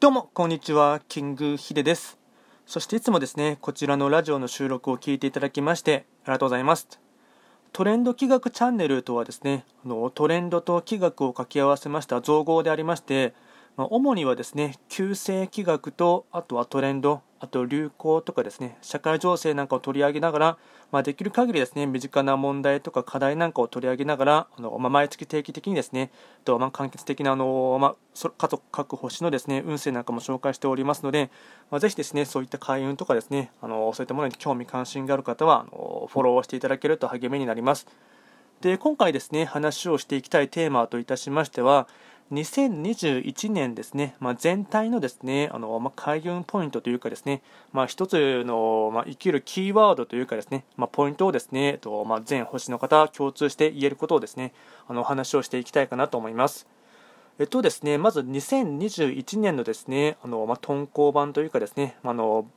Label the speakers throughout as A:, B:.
A: どうもこんにちは、キングヒデです。そしていつもですね、こちらのラジオの収録を聞いていただきましてありがとうございます。トレンド気学チャンネルとはですね、トレンドと気学を掛け合わせました造語でありまして、主にはですね、旧世気学と、あとはトレンド、あと流行とかですね、社会情勢なんかを取り上げながら、できる限りですね、身近な問題とか課題なんかを取り上げながら、毎月定期的にですね、簡潔的な各星のですね、運勢なんかも紹介しておりますので、ぜひですね、そういった開運とかですね、そういったものに興味関心がある方は、フォローしていただけると励みになります。で、今回ですね、話をしていきたいテーマといたしましては、2021年ですね、全体のですね、開運ポイントというかですね、一つの、生きるキーワードというかですね、ポイントをですね、全星の方共通して言えることをですね、話をしていきたいかなと思います。ですね、まず2021年のですね、遁甲板というかですね、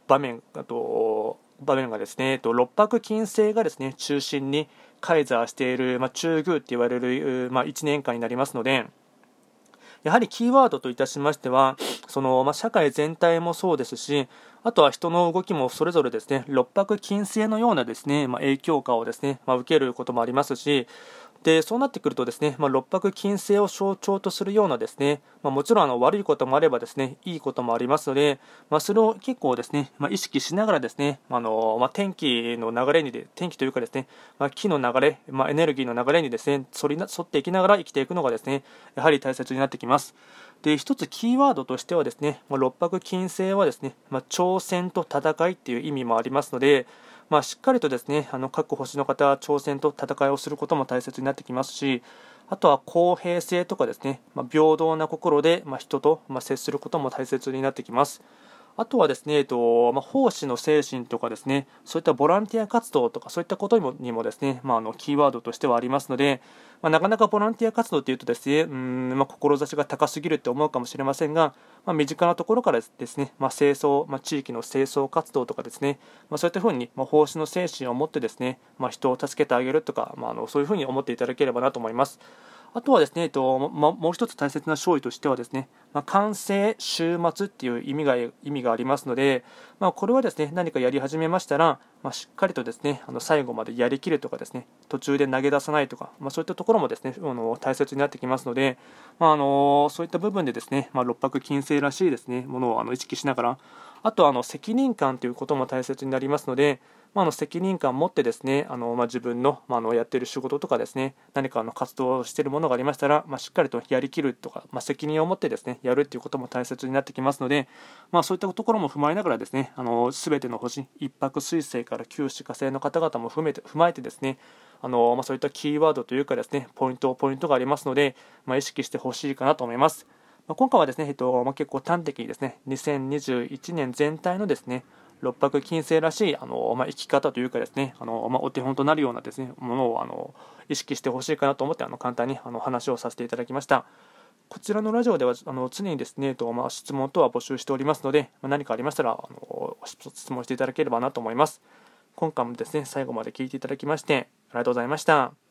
A: 場面がですね、六白金星がですね、中心に開座している、中宮って言われる、1年間になりますので、やはりキーワードといたしましては、社会全体もそうですし、あとは人の動きもそれぞれですね、六白金星のようなですね、影響下をですね、受けることもありますし、でそうなってくるとですね、六白金星を象徴とするようなですね、もちろん悪いこともあればですね、いいこともありますので、それを結構ですね、意識しながらですね、天気の流れに天気というかですね、気の流れ、エネルギーの流れにですね、沿っていきながら生きていくのがですね、やはり大切になってきます。で、一つキーワードとしてはですね、六白金星はですね、挑戦と戦いっていう意味もありますので、しっかりとですね、各星の方は挑戦と戦いをすることも大切になってきますし、あとは公平性とかですね、平等な心で、人と、接することも大切になってきます。あとはですね、奉仕の精神とかですね、そういったボランティア活動とかそういったことにもですね、キーワードとしてはありますので、なかなかボランティア活動というとですね、志が高すぎるって思うかもしれませんが、身近なところからですね、清掃、地域の清掃活動とかですね、そういったふうに、奉仕の精神を持ってですね、人を助けてあげるとか、そういうふうに思っていただければなと思います。あとはですね、もう一つ大切な勝利としてはですね、完成、終末っていう意味がありますので、これはですね、何かやり始めましたら、しっかりとですね、最後までやりきるとかですね、途中で投げ出さないとか、そういったところもですね、大切になってきますので、そういった部分でですね、六白金星らしいですね、ものを意識しながら、あとは責任感ということも大切になりますので、責任感を持ってですね、自分の、やっている仕事とかですね、何か活動をしているものがありましたら、しっかりとやりきるとか、責任を持ってですね、やるということも大切になってきますので、そういったところも踏まえながらですね、すべての星、一泊水星から九死火星の方々も踏まえてですね、そういったキーワードというかですね、ポイントがありますので、意識してほしいかなと思います。今回はですね、結構端的にですね、2021年全体のですね、六白金星らしい生き方というかですね、お手本となるようなですね、ものを意識してほしいかなと思って簡単に話をさせていただきました。こちらのラジオでは常にですね、質問等は募集しておりますので、何かありましたら質問していただければなと思います。今回もですね、最後まで聞いていただきましてありがとうございました。